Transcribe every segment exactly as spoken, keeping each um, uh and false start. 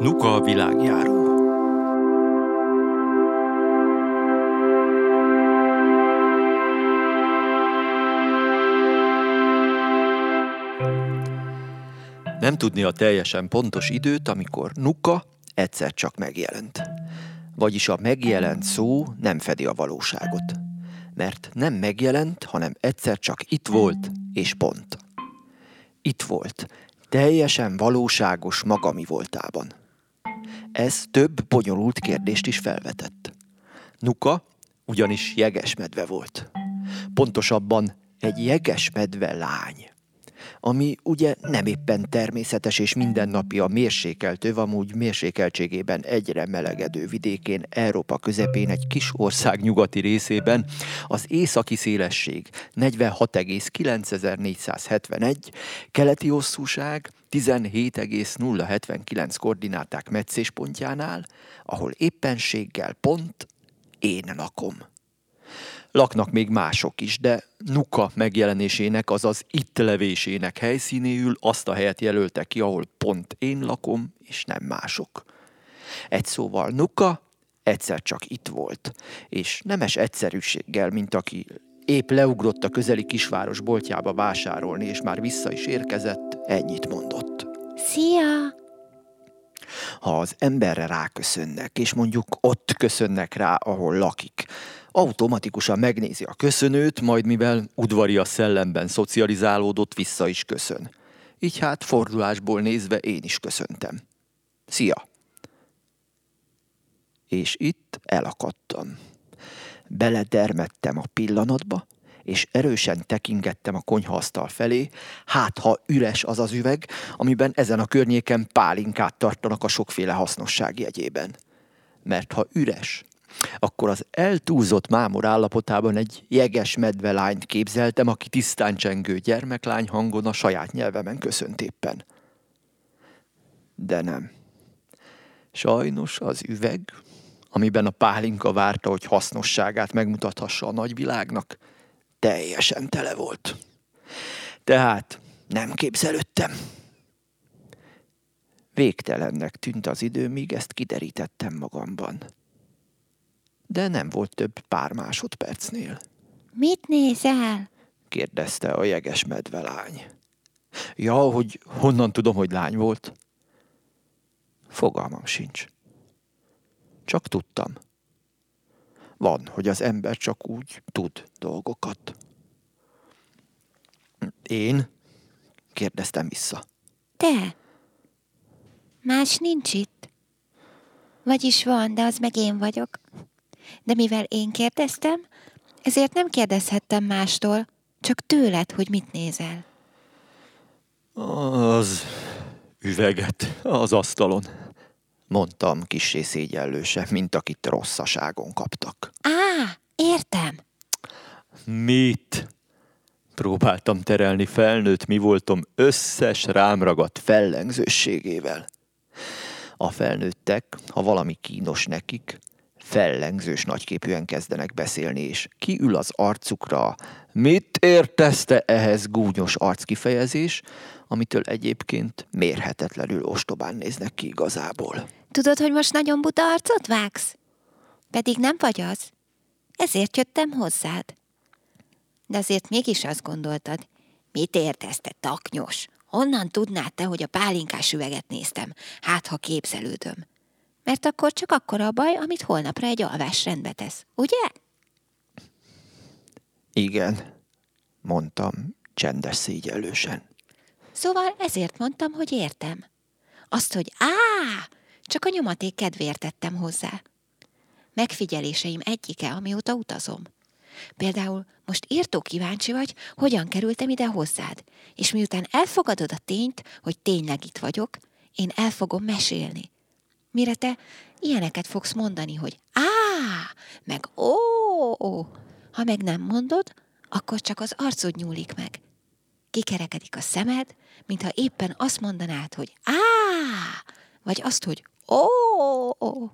Nuka világjáró. Nem tudni a teljesen pontos időt, amikor Nuka egyszer csak megjelent. Vagyis a megjelent szó nem fedi a valóságot. Mert nem megjelent, hanem egyszer csak itt volt, és pont. Itt volt, teljesen valóságos magami voltában. Ez több bonyolult kérdést is felvetett. Nuka ugyanis jegesmedve volt. Pontosabban egy jegesmedve lány. Ami ugye nem éppen természetes és mindennapi a mérsékelt öv, amúgy mérsékeltségében egyre melegedő vidékén, Európa közepén, egy kis ország nyugati részében, az északi szélesség negyvenhat egész kilencezer-négyszázhetvenegy, keleti hosszúság tizenhét egész nulla hetvenkilenc koordináták meccéspontjánál, ahol éppenséggel pont én lakom. Laknak még mások is, de Nuka megjelenésének, azaz itt levésének helyszínéül azt a helyet jelölte ki, ahol pont én lakom, és nem mások. Egy szóval Nuka egyszer csak itt volt, és nemes egyszerűséggel, mint aki épp leugrott a közeli kisváros boltjába vásárolni, és már vissza is érkezett, ennyit mondott. Szia! Ha az emberre ráköszönnek, és mondjuk ott köszönnek rá, ahol lakik, automatikusan megnézi a köszönőt, majd mivel udvarias szellemben szocializálódott, vissza is köszön. Így hát fordulásból nézve én is köszöntem. Szia! És itt elakadtam. Beledermettem a pillanatba, és erősen tekingettem a konyhaasztal felé, hát ha üres az az üveg, amiben ezen a környéken pálinkát tartanak a sokféle hasznosság jegyében. Mert ha üres, akkor az eltúlzott mámor állapotában egy jeges medvelányt képzeltem, aki tisztán csengő gyermeklány hangon a saját nyelvemen köszönt éppen. De nem. Sajnos az üveg, amiben a pálinka várta, hogy hasznosságát megmutathassa a nagyvilágnak, teljesen tele volt. Tehát nem képzelődtem. Végtelennek tűnt az idő, míg ezt kiderítettem magamban. De nem volt több pár másodpercnél. Mit nézel? Kérdezte a jeges medvelány. Ja, hogy honnan tudom, hogy lány volt? Fogalmam sincs. Csak tudtam. Van, hogy az ember csak úgy tud dolgokat. Én? Kérdeztem vissza. Te? Más nincs itt? Vagyis van, de az meg én vagyok. De mivel én kérdeztem, ezért nem kérdezhettem mástól, csak tőled, hogy mit nézel. Az üveget az asztalon, mondtam kissé szégyellősen, mint akit rosszaságon kaptak. Á, értem. Mit? Próbáltam terelni felnőtt mi voltam összes rám ragadt fellengzősségével. A felnőttek, ha valami kínos nekik, fellengzős nagyképűen kezdenek beszélni, és kiül az arcukra, mit értesz te ehhez gúnyos arckifejezés, amitől egyébként mérhetetlenül ostobán néznek ki igazából. Tudod, hogy most nagyon buta arcot vágsz? Pedig nem vagy az. Ezért jöttem hozzád. De azért mégis azt gondoltad, mit értesz te taknyos? Honnan tudnád te, hogy a pálinkás üveget néztem? Hát, ha képzelődöm. Mert akkor csak akkora a baj, amit holnapra egy alvás rendbe tesz, ugye? Igen, mondtam csendes szégyellősen. Szóval ezért mondtam, hogy értem. Azt, hogy á, csak a nyomaték kedvéért tettem hozzá. Megfigyeléseim egyike, amióta utazom. Például most írtó kíváncsi vagy, hogyan kerültem ide hozzád, és miután elfogadod a tényt, hogy tényleg itt vagyok, én el fogom mesélni. Mire te ilyeneket fogsz mondani, hogy á, meg ó, ó. Ha meg nem mondod, akkor csak az arcod nyúlik meg. Kikerekedik a szemed, mintha éppen azt mondanád, hogy á, vagy azt, hogy ó, ó.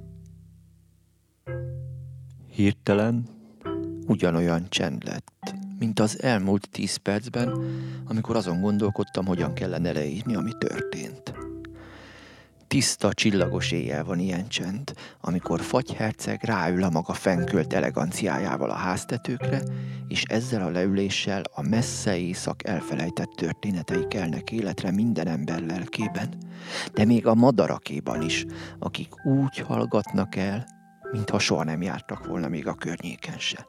Hirtelen ugyanolyan csend lett, mint az elmúlt tíz percben, amikor azon gondolkodtam, hogyan kellene leírni, ami történt. tiszta, csillagos éjjel van ilyen csend, amikor fagyherceg ráül a maga fenkölt eleganciájával a háztetőkre, és ezzel a leüléssel a messze éjszak elfelejtett történetei kelnek életre minden ember lelkében, de még a madarakéban is, akik úgy hallgatnak el, mintha soha nem jártak volna még a környéken se.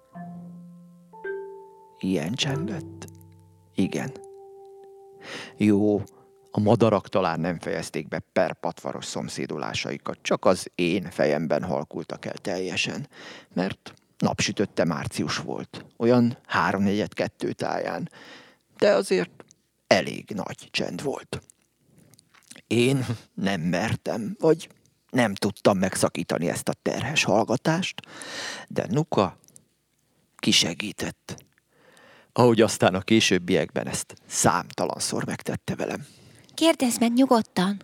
Ilyen csend lett? Igen. Jó, a madarak talán nem fejezték be perpatvaros szomszédulásaikat, csak az én fejemben halkultak el teljesen, mert napsütötte március volt, olyan háromnegyed kettő táján, de azért elég nagy csend volt. Én nem mertem, vagy nem tudtam megszakítani ezt a terhes hallgatást, de Nuka kisegített. Ahogy aztán a későbbiekben ezt számtalanszor megtette velem. Kérdezz meg nyugodtan.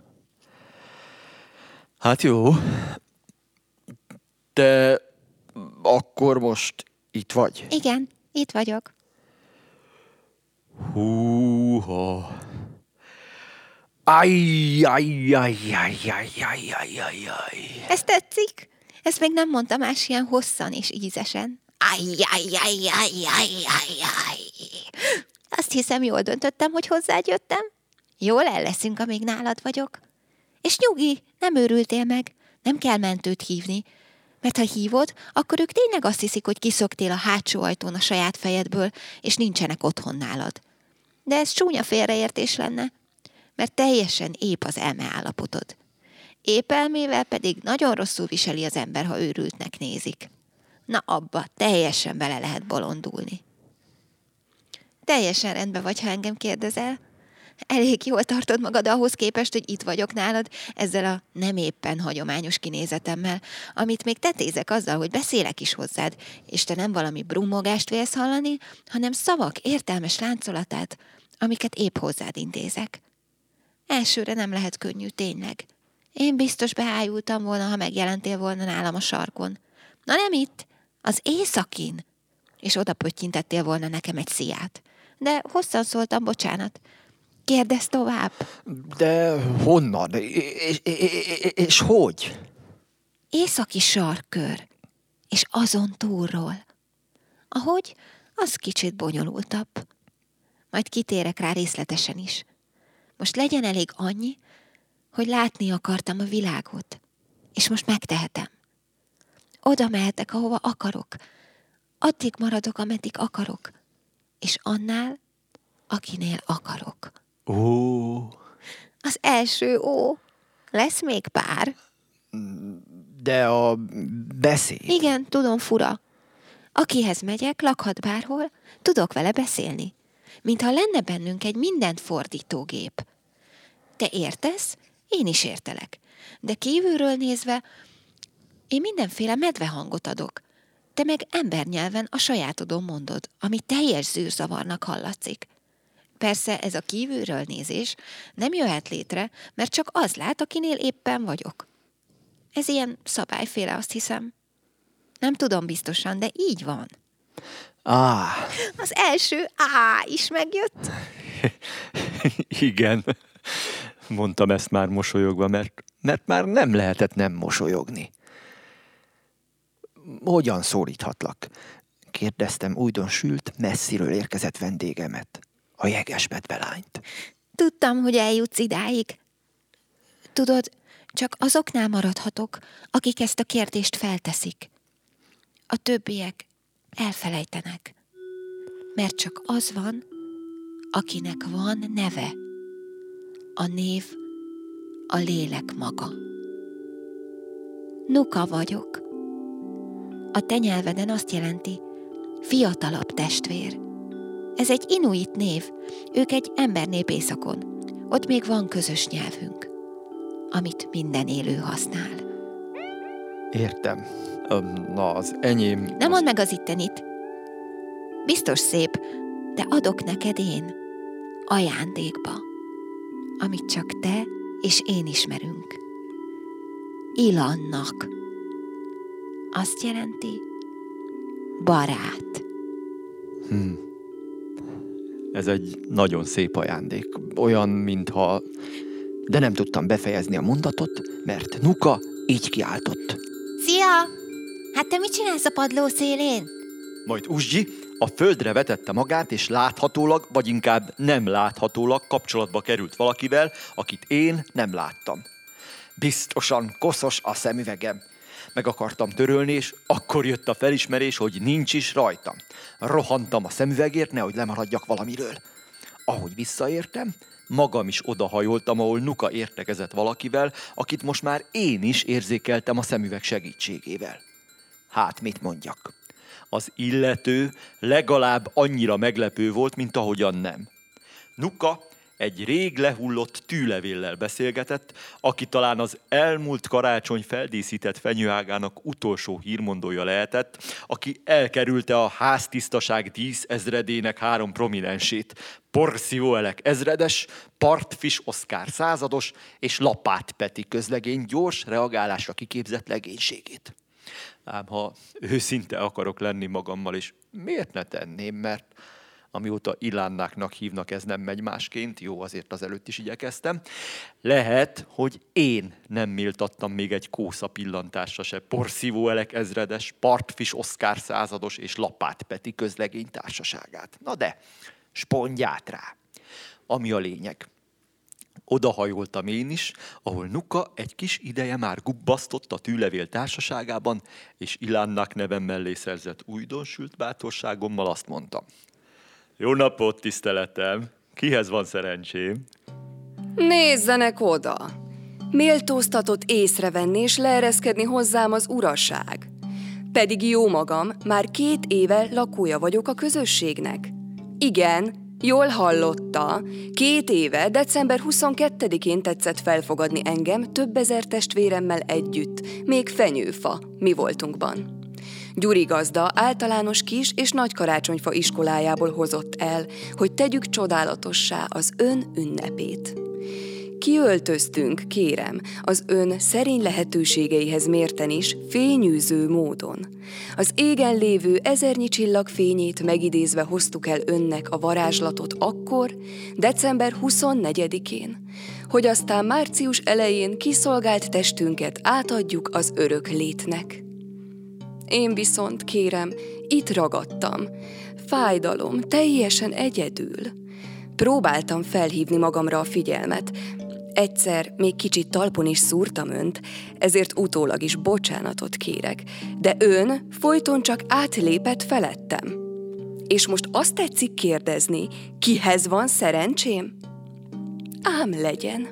Hát jó, de akkor most itt vagy? Igen, itt vagyok. Húha. Ajj, ajj, ajj, ajj, ajj, ajj, ajj, ajj, ajj. Ez tetszik? Ezt még nem mondta más ilyen hosszan és ízesen. Ajj, ajj, ajj, ajj, ajj, ajj, ajj. Azt hiszem, jól döntöttem, hogy hozzád jöttem. Jól el leszünk, amíg nálad vagyok. És nyugi, nem őrültél meg. Nem kell mentőt hívni. Mert ha hívod, akkor ők tényleg azt hiszik, hogy kiszöktél a hátsó ajtón a saját fejedből, és nincsenek otthon nálad. De ez csúnya félreértés lenne, mert teljesen épp az elmeállapotod. Épp elmével pedig nagyon rosszul viseli az ember, ha őrültnek nézik. Na abba, teljesen bele lehet bolondulni. Teljesen rendben vagy, ha engem kérdezel. Elég jól tartod magad ahhoz képest, hogy itt vagyok nálad, ezzel a nem éppen hagyományos kinézetemmel, amit még tetézek azzal, hogy beszélek is hozzád, és te nem valami brummogást vélsz hallani, hanem szavak értelmes láncolatát, amiket épp hozzád intézek. Elsőre nem lehet könnyű, tényleg. Én biztos beájultam volna, ha megjelentél volna nálam a sarkon. Na nem itt, az északin. És oda pöttyintettél volna nekem egy sziját. De hosszan szóltam, bocsánat. Kérdezz tovább. De honnan? És, és, és hogy? Északi sarkkör. És azon túlról. Ahogy, az kicsit bonyolultabb. Majd kitérek rá részletesen is. Most legyen elég annyi, hogy látni akartam a világot. És most megtehetem. Oda mehetek, ahova akarok. Addig maradok, ameddig akarok. És annál, akinél akarok. Ó. Az első ó. Lesz még pár? De a beszéd... Igen, tudom, fura. Akihez megyek, lakhat bárhol, tudok vele beszélni. Mintha lenne bennünk egy mindent fordítógép. Te értesz? Én is értelek. De kívülről nézve, én mindenféle medvehangot adok. Te meg embernyelven a sajátodon mondod, ami teljes zűrzavarnak hallatszik. Persze ez a kívülről nézés nem jöhet létre, mert csak az lát, akinél éppen vagyok. Ez ilyen szabályféle, azt hiszem. Nem tudom biztosan, de így van. Ah. Az első á is megjött. Igen, mondtam ezt már mosolyogva, mert, mert már nem lehetett nem mosolyogni. Hogyan szólíthatlak? Kérdeztem újdonsült, messziről érkezett vendégemet, a jegesmedvelányt. Tudtam, hogy eljutsz idáig. Tudod, csak azoknál maradhatok, akik ezt a kérdést felteszik. A többiek elfelejtenek. Mert csak az van, akinek van neve. A név a lélek maga. Nuka vagyok. A te nyelveden azt jelenti, fiatalabb testvér. Ez egy inuit név, ők egy embernép északon. Ott még van közös nyelvünk, amit minden élő használ. Értem. Na, az enyém... Nem mondd meg az ittenit. Biztos szép, de adok neked én, ajándékba, amit csak te és én ismerünk. Ilannak. Azt jelenti, barát. Hmm. Ez egy nagyon szép ajándék. Olyan, mintha De nem tudtam befejezni a mondatot, mert Nuka így kiáltott. Szia! Hát te mit csinálsz a padló szélén? Majd Uzsgyi a földre vetette magát, és láthatólag, vagy inkább nem láthatólag kapcsolatba került valakivel, akit én nem láttam. Biztosan koszos a szemüvegem. Meg akartam törölni, és akkor jött a felismerés, hogy nincs is rajtam. Rohantam a szemüvegért, nehogy lemaradjak valamiről. Ahogy visszaértem, magam is odahajoltam, ahol Nuka értekezett valakivel, akit most már én is érzékeltem a szemüveg segítségével. Hát mit mondjak? Az illető legalább annyira meglepő volt, mint ahogyan nem. Nuka egy rég lehullott tűlevéllel beszélgetett, aki talán az elmúlt karácsony feldíszített fenyőágának utolsó hírmondója lehetett, aki elkerülte a háztisztaság díszezredének három prominensét, Porszívó Elek ezredes, Partfis Oszkár százados és Lapát Peti közlegény gyors reagálásra kiképzett legénységét. Ám ha őszinte akarok lenni magammal, és miért ne tenném, mert amióta Ilánnáknak hívnak, ez nem megy másként, jó, azért azelőtt is igyekeztem. Lehet, hogy én nem méltattam még egy kósza pillantásra se Porszívó Elek ezredes, Partfis Oszkár százados és Lapát Peti közlegény társaságát. Na de, spondját rá. Ami a lényeg. Odahajoltam én is, ahol Nuka egy kis ideje már gubbasztott a tűlevél társaságában, és Ilánnak nevem mellé szerzett újdonsült bátorságommal azt mondtam. Jó napot, tiszteletem! Kihez van szerencsém? Nézzenek oda! Méltóztatott észrevenni és leereszkedni hozzám az uraság. Pedig jó magam, már két éve lakója vagyok a közösségnek. Igen, jól hallotta, két éve, december huszonkettedikén tetszett felfogadni engem több ezer testvéremmel együtt, még fenyőfa, mi voltunkban. Gyuri gazda általános kis és nagy karácsonyfa iskolájából hozott el, hogy tegyük csodálatossá az ön ünnepét. Kiöltöztünk, kérem, az ön szerény lehetőségeihez mérten is fényűző módon. Az égen lévő ezernyi csillag fényét megidézve hoztuk el önnek a varázslatot akkor, december huszonnegyedikén, hogy aztán március elején kiszolgált testünket átadjuk az örök létnek. Én viszont, kérem, itt ragadtam. Fájdalom, teljesen egyedül. Próbáltam felhívni magamra a figyelmet. Egyszer még kicsit talpon is szúrtam önt, ezért utólag is bocsánatot kérek. De ön folyton csak átlépett felettem. És most azt tetszik kérdezni, kihez van szerencsém? Ám legyen.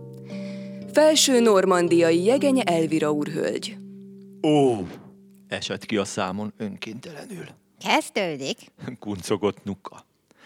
Felső normandiai Jegenye Elvira úrhölgy. Ó! Esett ki a számon önkéntelenül. Kezdődik. Kuncogott Nuka.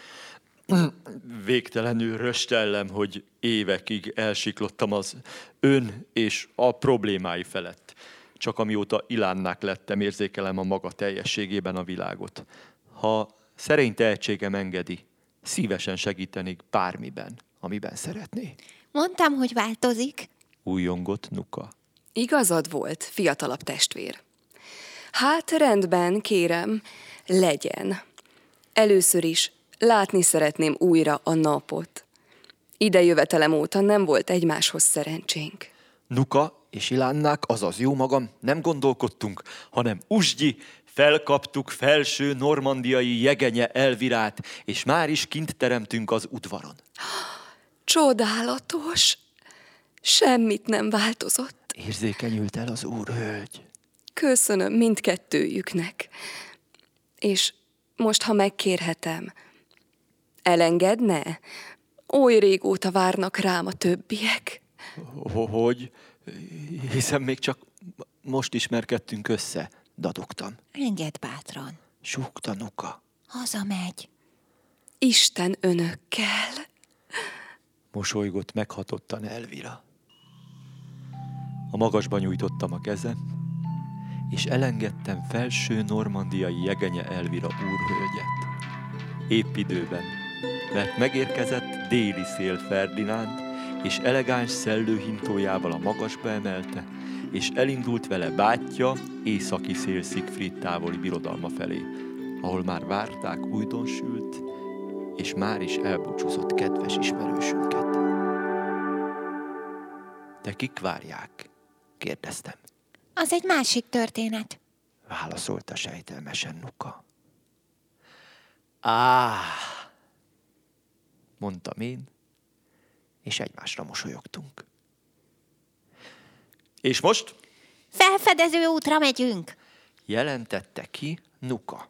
Végtelenül röstellem, hogy évekig elsiklottam az ön és a problémái felett. Csak amióta Ilánnák lettem, érzékelem a maga teljességében a világot. Ha szerény tehetségem engedi, szívesen segítenék bármiben, amiben szeretné. Mondtam, hogy változik. Újjongott Nuka. Igazad volt, fiatalabb testvér. Hát rendben, kérem, legyen. Először is látni szeretném újra a napot. Idejövetelem óta nem volt egymáshoz szerencsénk. Nuka és Ilánnák, azaz jó magam, nem gondolkodtunk, hanem Uzsgyi, felkaptuk felső normandiai Jegenye Elvirát, és már is kint teremtünk az udvaron. Csodálatos! Semmit nem változott. Érzékenyült el az úrhölgy. Köszönöm mindkettőjüknek. És most, ha megkérhetem, elengedne? Oly régóta várnak rám a többiek. Hogy? Hiszen még csak most ismerkedtünk össze, dadogtam. Engedd bátran. Súgta Nuka. Hazamegy. Isten önökkel. Mosolygott meghatottan Elvira. A magasba nyújtottam a kezem, és elengedtem felső normandiai Jegenye Elvira úrhölgyet. Épp időben, mert megérkezett déli szél Ferdinánd, és elegáns szellőhintójával a magasba emelte, és elindult vele bátyja északi szél Siegfried távoli birodalma felé, ahol már várták újdonsült, és már is elbúcsúzott kedves ismerősünket. De kik várják? Kérdeztem. Az egy másik történet. Válaszolta sejtelmesen Nuka. Á, mondtam én, és egymásra mosolyogtunk. És most? Felfedező útra megyünk, Jelentette ki Nuka.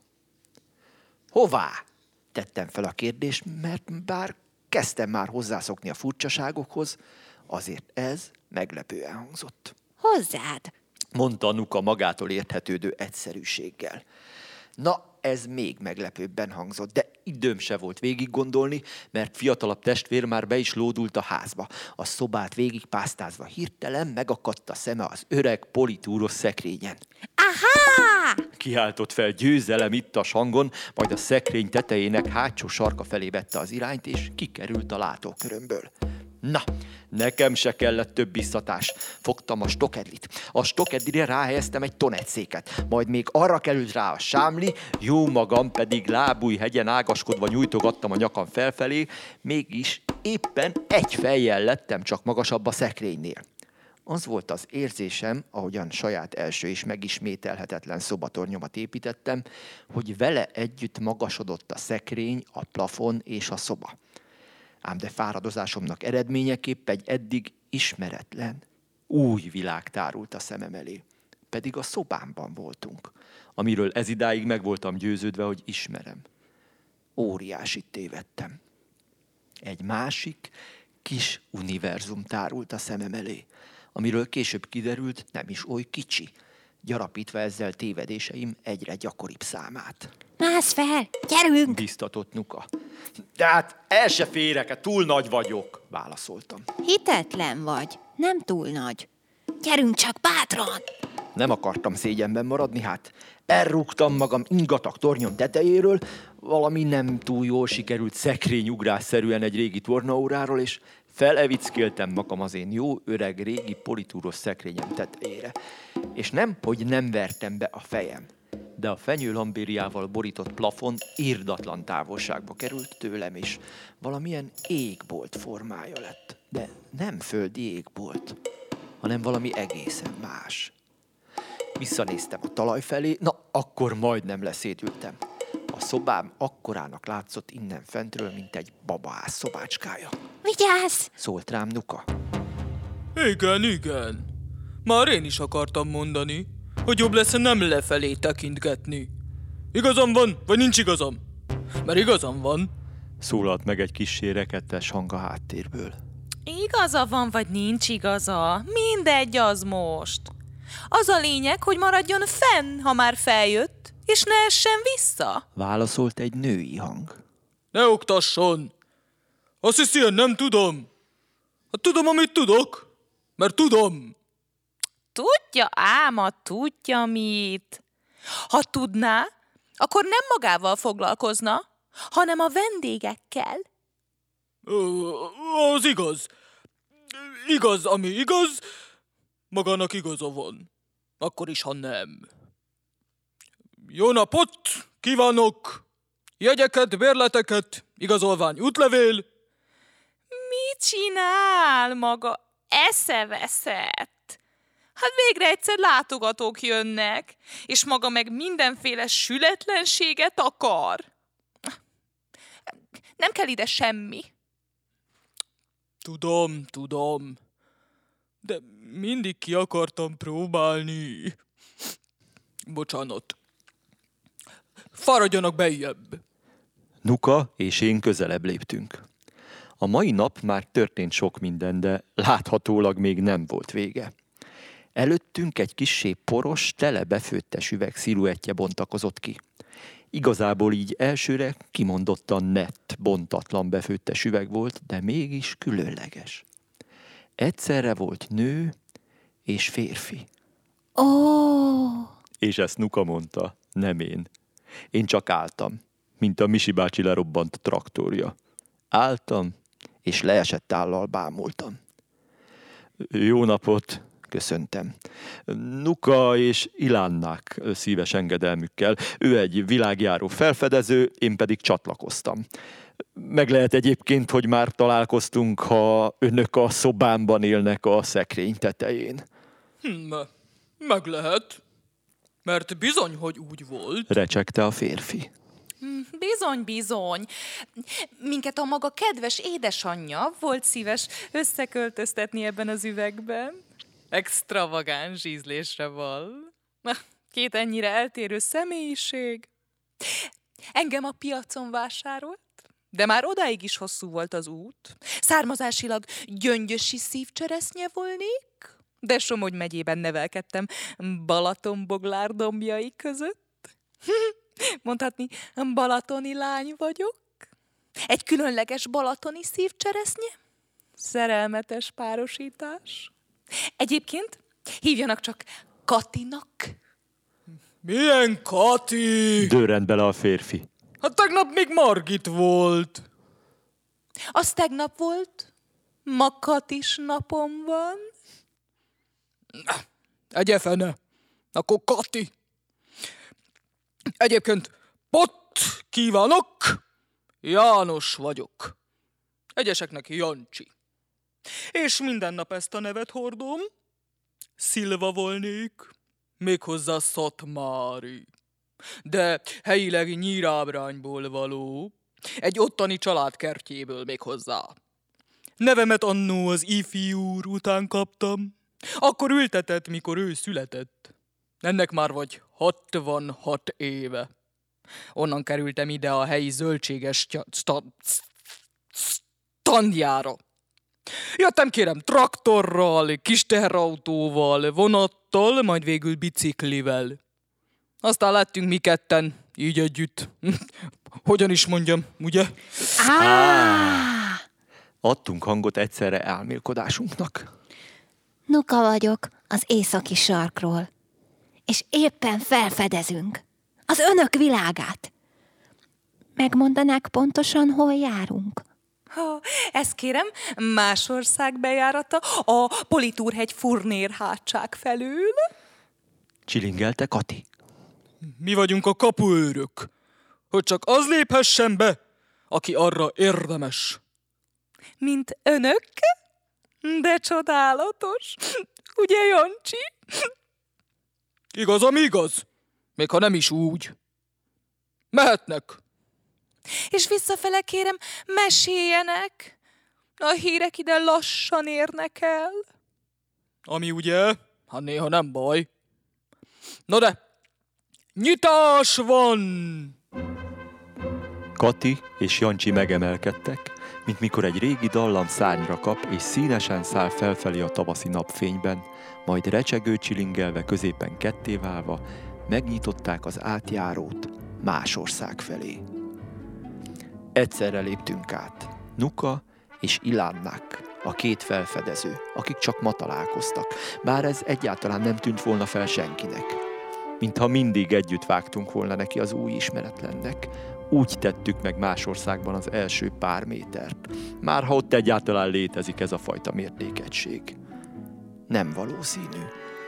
Hová? Tettem fel a kérdést, mert bár kezdtem már hozzászokni a furcsaságokhoz, azért ez meglepően hangzott. hozzád. Mondta Nuka magától érthetődő egyszerűséggel. Na, ez még meglepőbben hangzott, de időm se volt végig gondolni, mert fiatalabb testvér már be is lódult a házba. A szobát végig pásztázva hirtelen megakadt a szeme az öreg politúros szekrényen. Aha! Kiáltott fel győzelem ittas hangon, majd a szekrény tetejének hátsó sarka felé vette az irányt, és kikerült a látókörömből. Na, nekem se kellett több biztatás. Fogtam a stokedlit. A stokedlire ráhelyeztem egy tonetszéket, majd még arra került rá a sámli, jó magam pedig lábújhegyen ágaskodva nyújtogattam a nyakam felfelé, mégis éppen egy fejjel lettem csak magasabb a szekrénynél. Az volt az érzésem, ahogyan saját első és megismételhetetlen szobatornyomat építettem, hogy vele együtt magasodott a szekrény, a plafon és a szoba. Ám de fáradozásomnak eredményeképp egy eddig ismeretlen, új világ tárult a szemem elé. Pedig a szobámban voltunk, amiről ezidáig meg voltam győződve, hogy ismerem. Óriásit tévedtem. Egy másik, kis univerzum tárult a szemem elé, amiről később kiderült, nem is oly kicsi, gyarapítva ezzel tévedéseim egyre gyakoribb számát. Mász fel, gyerünk! Biztatott Nuka. De hát el se férek, túl nagy vagyok, válaszoltam. Hitetlen vagy, nem túl nagy. Gyerünk csak bátran! Nem akartam szégyenben maradni, hát elrúgtam magam ingatag tornyom tetejéről, valami nem túl jól sikerült szekrényugrásszerűen egy régi tornaóráról, és felevickéltem magam az én jó öreg régi politúros szekrényem tetejére. És nem, hogy nem vertem be a fejem, de a fenyőlambériával borított plafon irdatlan távolságba került tőlem, és valamilyen égbolt formája lett. De nem földi égbolt, hanem valami egészen más. Visszanéztem a talaj felé, na akkor majdnem leszédültem. A szobám akkorának látszott innen fentről, mint egy babaház szobácskája. Vigyázz! Szólt rám Nuka. Igen, igen. Már én is akartam mondani, hogy jobb lesz nem lefelé tekintgetni. Igazam van, vagy nincs igazam? Mert igazam van. Szólalt meg egy kissé rekettes hang a háttérből. Igaza van, vagy nincs igaza. Mindegy az most. Az a lényeg, hogy maradjon fenn, ha már feljött, és ne essen vissza. Válaszolt egy női hang. Ne oktasson! Azt hiszi, én nem tudom. Hát tudom, amit tudok, mert tudom. Tudja áma, tudja mit. Ha tudná, akkor nem magával foglalkozna, hanem a vendégekkel. Ö, az igaz. Igaz, ami igaz, magának igaza van. Akkor is, ha nem. Jó napot kívánok! Jegyeket, bérleteket, igazolvány, útlevél. Mit csinál maga? Eszeveszett. Hát végre egyszer látogatók jönnek, és maga meg mindenféle sületlenséget akar. Nem kell ide semmi. Tudom, tudom. De mindig ki akartam próbálni. Bocsánat. Fáradjanak bejjebb. Nuka és én közelebb léptünk. A mai nap már történt sok minden, de láthatólag még nem volt vége. Előttünk egy kissé poros, tele befőttes üveg sziluettje bontakozott ki. Igazából így elsőre kimondottan nett, bontatlan befőttes üveg volt, de mégis különleges. Egyszerre volt nő és férfi. Ó! És ezt Nuka mondta, nem én. Én csak álltam, mint a Misi bácsi lerobbant traktorja. Álltam, és leesett állal bámultam. Jó napot, köszöntem. Nuka és Ilánnák szíves engedelmükkel. Ő egy világjáró felfedező, én pedig csatlakoztam. Meg lehet egyébként, hogy már találkoztunk, ha önök a szobámban élnek a szekrény tetején. Hm, meg lehet. Mert bizony, hogy úgy volt. Recsegte a férfi. Bizony, bizony. Minket a maga kedves édesanyja volt szíves összeköltöztetni ebben az üvegben. Extravagáns ízlésre val. Két ennyire eltérő személyiség. Engem a piacon vásárolt, de már odáig is hosszú volt az út. Származásilag gyöngyösi szívcseresznye volnék, de Somogy megyében nevelkedtem Balatonboglár dombjai között. Mondhatni, balatoni lány vagyok. Egy különleges balatoni szívcseresznye. Szerelmetes párosítás. Egyébként hívjanak csak Katinak. Milyen Kati? Dörrent bele a férfi. Hát tegnap még Margit volt. Az tegnap volt, ma Katis napom van. Egye fene, akkor Kati. Egyébként pot kívánok, János vagyok. Egyeseknek Jancsi. És minden nap ezt a nevet hordom. Szilva volnék, méghozzá Szatmári. De helyileg Nyírábrányból való, egy ottani család kertjéből méghozzá. Nevemet annó az ifjú úr után kaptam. Akkor ültetett, mikor ő született. Ennek már vagy hatvanhat éve. Onnan kerültem ide a helyi zöldséges standjára. Jöttem kérem traktorral, kis teherautóval, vonattal, majd végül biciklivel. Aztán lettünk mi ketten, így együtt. Hogyan is mondjam, ugye? Á! Adtunk hangot egyszerre álmélkodásunknak. Nuka vagyok az északi sarkról, és éppen felfedezünk az önök világát. Megmondanák pontosan, hol járunk? Ha, ezt kérem, más ország bejárata a Politúrhegy Furnér hátság felől. Csilingelte Kati. Mi vagyunk a kapuőrök, hogy csak az léphessen be, aki arra érdemes. Mint önök? De csodálatos. Ugye, Jancsi? Igaz, ami igaz, még ha nem is úgy. Mehetnek. És visszafele kérem, meséljenek. A hírek ide lassan érnek el. Ami ugye, hát néha nem baj. Na de, nyitás van! Kati és Jancsi megemelkedtek, mint mikor egy régi dallam szárnyra kap, és színesen száll felfelé a tavaszi napfényben, majd recsegő csilingelve középen ketté válva, megnyitották az átjárót más ország felé. Egyszerre léptünk át. Nuka és Ilánnak, a két felfedező, akik csak ma találkoztak, bár ez egyáltalán nem tűnt volna fel senkinek. Mintha mindig együtt vágtunk volna neki az új ismeretlennek, úgy tettük meg más országban az első pár métert, már ha ott egyáltalán létezik ez a fajta mértékegység. Nem valószínű.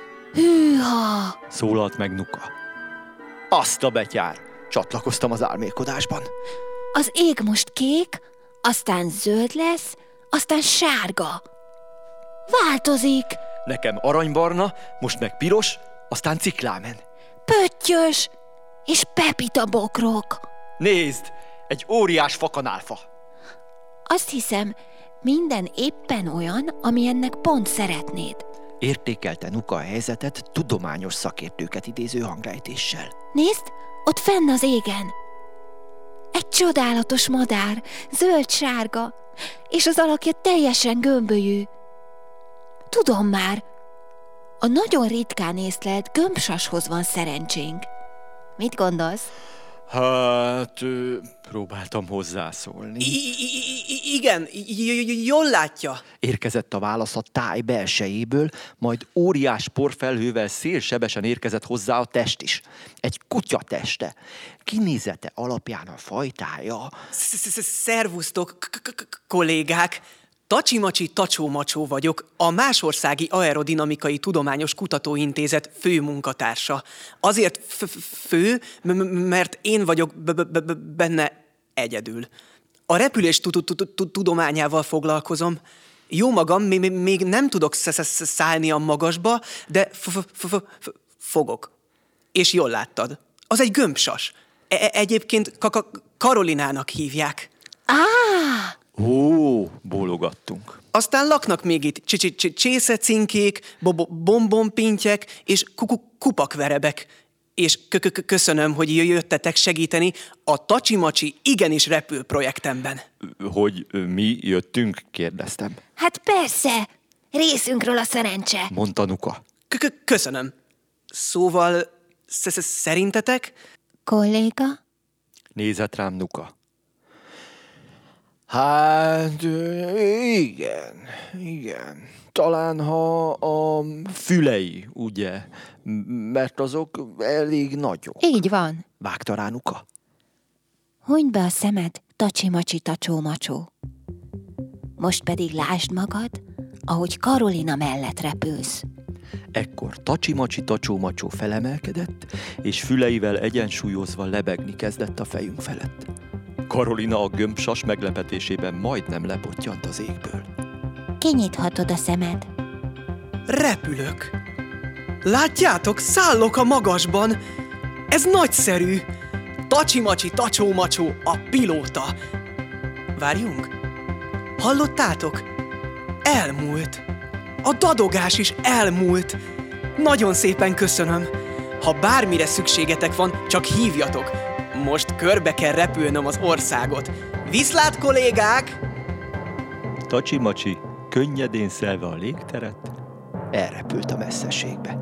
Hűha! Szólalt meg Nuka. Azt a betyár! Csatlakoztam az álmélkodásban. Az ég most kék, aztán zöld lesz, aztán sárga. Változik. Nekem aranybarna, most meg piros, aztán ciklámen. Pöttyös és pepita bokrok. Nézd, egy óriás fakanálfa. Azt hiszem, minden éppen olyan, amilyennek pont szeretnéd. Értékelte Nuka a helyzetet tudományos szakértőket idéző hangrejtéssel. Nézd, ott fenn az égen. Egy csodálatos madár, zöld-sárga, és az alakja teljesen gömbölyű. Tudom már, a nagyon ritkán észlelt gömbsashoz van szerencsénk. Mit gondolsz? Hát, próbáltam hozzászólni. I- I- igen, j- jól látja. Érkezett a válasz a táj belsejéből, majd óriás porfelhővel szélsebesen érkezett hozzá a test is. Egy kutya teste. Kinézete alapján a fajtája... Szervusztok, kollégák! Tacsimacsi Tacsó-Macsó vagyok, a Másországi Aerodinamikai Tudományos Kutatóintézet főmunkatársa. Azért f- fő, m- mert én vagyok b- b- benne egyedül. A repülés tudományával foglalkozom. Jó magam, még nem tudok szállni a magasba, de fogok. És jól láttad. Az egy gömbsas. Egyébként Karolinának hívják. Á! Ó, bólogattunk. Aztán laknak még itt csészecinkék, bombonpintyek és kupakverebek. És köszönöm, hogy jöttetek segíteni a Tacsi-Macsi igenis repül projektemben. Hogy mi jöttünk, kérdeztem. Hát persze, részünkről a szerencse, mondta Nuka. Köszönöm. Szóval szerintetek? Kolléga? Nézett rám Nuka. Hát, igen, igen. Talán, ha a fülei, ugye? Mert azok elég nagyok. Így van. Vágta rá Nuka. Hunyd be a szemed, Tacsi-Macsi tacsó-macsó. Most pedig lásd magad, ahogy Karolina mellett repülsz. Ekkor Tacsi-Macsi tacsó-macsó felemelkedett, és füleivel egyensúlyozva lebegni kezdett a fejünk felett. Karolina a gömbsas meglepetésében majdnem lepottyant az égből. Kinyithatod a szemed. Repülök. Látjátok, szállok a magasban. Ez nagyszerű. Tacsi-Macsi tacsó-macsó, a pilóta. Várjunk. Hallottátok? Elmúlt. A dadogás is elmúlt. Nagyon szépen köszönöm. Ha bármire szükségetek van, csak hívjatok. Most körbe kell repülnöm az országot. Viszlát, kollégák! Tacsi-Macsi könnyedén szelve a légteret, elrepült a messzeségbe.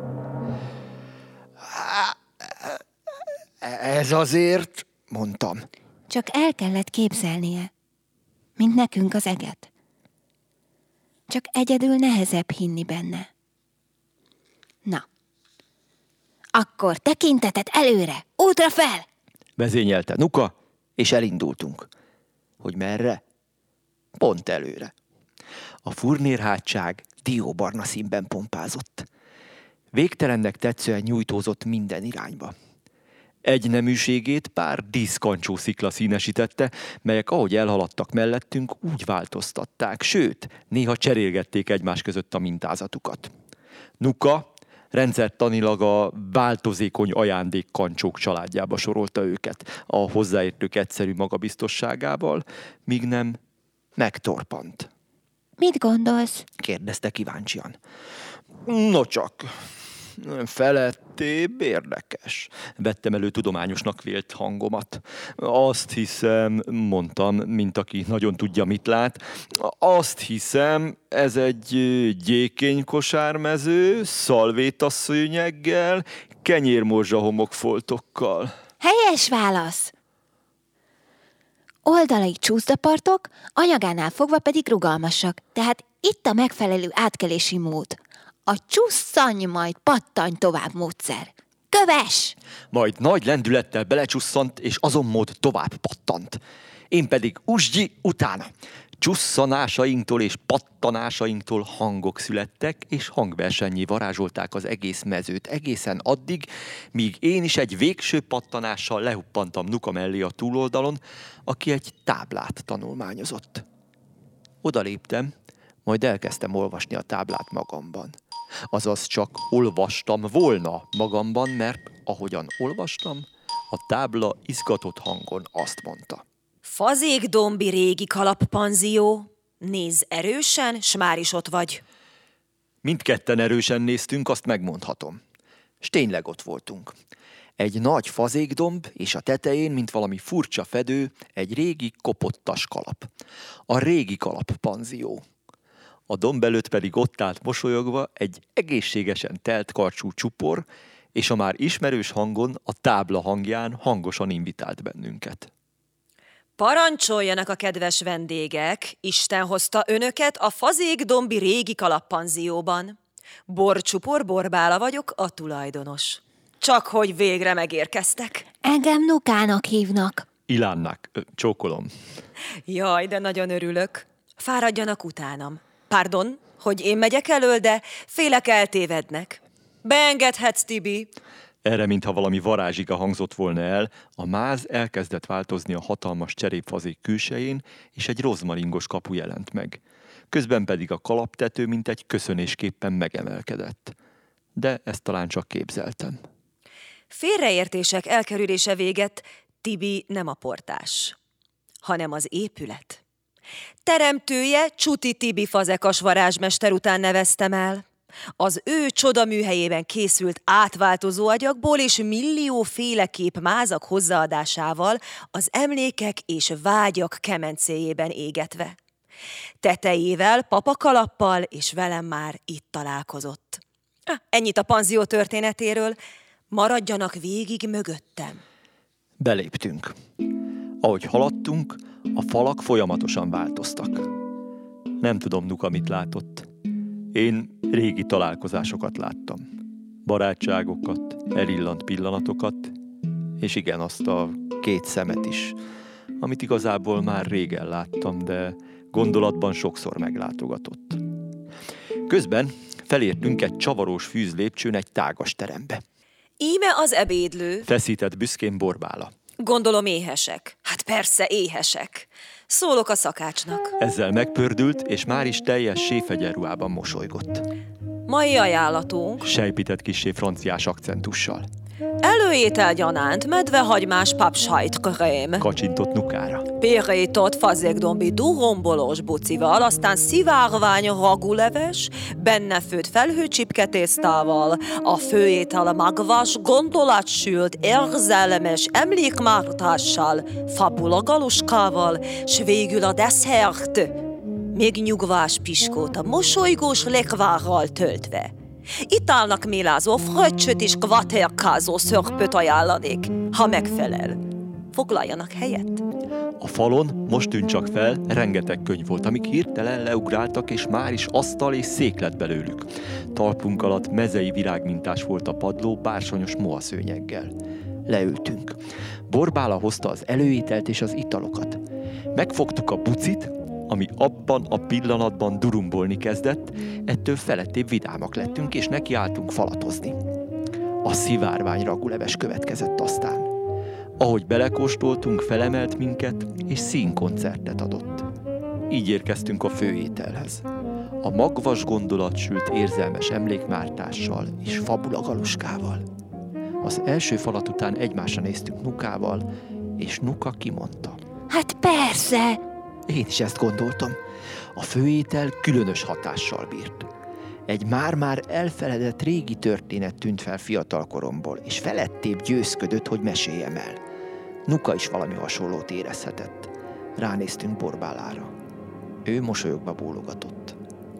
Ez azért, mondtam. Csak el kellett képzelnie, mint nekünk az eget. Csak egyedül nehezebb hinni benne. Na, akkor tekintetet előre, útra fel! Vezényelte Nuka, és elindultunk. Hogy merre? Pont előre. A furnérhátság dióbarna színben pompázott. Végtelennek tetszően nyújtózott minden irányba. Egyneműségét pár díszkancsó szikla színesítette, melyek ahogy elhaladtak mellettünk, úgy változtatták, sőt, néha cserélgették egymás között a mintázatukat. Nuka rendszertanilag a változékony ajándékkancsók családjába sorolta őket, a hozzáértők egyszerű magabiztosságával, míg nem megtorpant. Mit gondolsz? Kérdezte kíváncsian. No csak, felettébb érdekes. Vettem elő tudományosnak vélt hangomat. Azt hiszem, mondtam, mint aki nagyon tudja, mit lát, azt hiszem, ez egy gyékény kosármező, szalvétaszőnyeggel, kenyérmorzsa homokfoltokkal. Helyes válasz! Oldalai csúszdapartok, anyagánál fogva pedig rugalmasak, tehát itt a megfelelő átkelési mód. A csusszanj, majd pattanj tovább módszer. Kövess! Majd nagy lendülettel belecsusszant, és azon mód tovább pattant. Én pedig usgyi utána. Csusszanásainktól és pattanásainktól hangok születtek, és hangversennyé varázsolták az egész mezőt egészen addig, míg én is egy végső pattanással lehuppantam Nuka mellé a túloldalon, aki egy táblát tanulmányozott. Oda léptem, majd elkezdtem olvasni a táblát magamban. Azaz csak olvastam volna magamban, mert ahogyan olvastam, a tábla izgatott hangon azt mondta. Fazékdombi régi kalappanzió. Nézz erősen, s már is ott vagy. Mindketten erősen néztünk, azt megmondhatom. S tényleg ott voltunk. Egy nagy fazékdomb, és a tetején, mint valami furcsa fedő, egy régi kopottas kalap. A régi kalappanzió. A domb előtt pedig ott állt mosolyogva egy egészségesen telt karcsú csupor, és a már ismerős hangon, a tábla hangján hangosan invitált bennünket. Parancsoljanak a kedves vendégek, Isten hozta önöket a fazékdombi régi kalappanzióban. Borcsupor Borbála vagyok, a tulajdonos. Csak hogy végre megérkeztek. Engem Nukának hívnak. Ilánnak, ö, csókolom. Jaj, de nagyon örülök. Fáradjanak utánam. Pardon, hogy én megyek elől, de félek eltévednek. Beengedhetsz, Tibi. Erre, mintha valami varázsiga hangzott volna el, a máz elkezdett változni a hatalmas cserépfazék külsején, és egy rozmaringos kapu jelent meg. Közben pedig a kalaptető mint egy köszönésképpen megemelkedett. De ezt talán csak képzeltem. Félreértések elkerülése véget, Tibi nem a portás, hanem az épület. Teremtője Csuti Tibi Fazekas varázsmester után neveztem el. Az ő csodaműhelyében készült átváltozó agyagból és millióféleképp mázak hozzáadásával az emlékek és vágyak kemencéjében égetve. Tetejével, papakalappal és velem már itt találkozott. Ennyit a panzió történetéről, maradjanak végig mögöttem. Beléptünk. Ahogy haladtunk, a falak folyamatosan változtak. Nem tudom, Nuka mit látott. Én régi találkozásokat láttam. Barátságokat, elillant pillanatokat, és igen, azt a két szemet is, amit igazából már régen láttam, de gondolatban sokszor meglátogatott. Közben felértünk egy csavarós fűzlépcsőn egy tágas terembe. Íme az ebédlő. Feszített büszkén Borbála. Gondolom éhesek. Hát persze éhesek. Szólok a szakácsnak. Ezzel megpördült, és már is teljes séfegyenruhában mosolygott. Mai ajánlatunk. Sejpített kissé franciás akcentussal. Előétel gyanánt medvehagymás papsajtkrém. Kacsintott Nukára. Pirított fazékdombi durombolós bucival, aztán szivárvány raguleves, benne főtt felhőcsipke tésztával, a főétel magvas, gondolatsült, érzelmes emlékmártással, fabula galuskával, s végül a desszert, még nyugvás piskóta, mosolygós lekvárral töltve. Itálnak mélázó, fröccsöt és kvatérkázó szörpöt ajánlanék, ha megfelel. Foglaljanak helyet. A falon most tűnt csak fel, rengeteg könyv volt, amik hirtelen leugráltak, és már is asztal és szék lett belőlük. Talpunk alatt mezei virágmintás volt a padló bársonyos moaszőnyeggel. Leültünk. Borbála hozta az előételt és az italokat. Megfogtuk a bucit, ami abban a pillanatban durumbolni kezdett, ettől felettébb vidámak lettünk, és nekiálltunk falatozni. A szivárvány raguleves következett aztán. Ahogy belekóstoltunk, felemelt minket, és színkoncertet adott. Így érkeztünk a főételhez. A magvas gondolat sült érzelmes emlékmártással és fabulagaluskával. Az első falat után egymásra néztünk Nukával, és Nuka kimondta. Hát persze! Én is ezt gondoltam. A főétel különös hatással bírt. Egy már-már elfeledett régi történet tűnt fel fiatalkoromból, és felettébb győzködött, hogy meséljem el. Nuka is valami hasonlót érezhetett. Ránéztünk Borbálára. Ő mosolyogva bólogatott.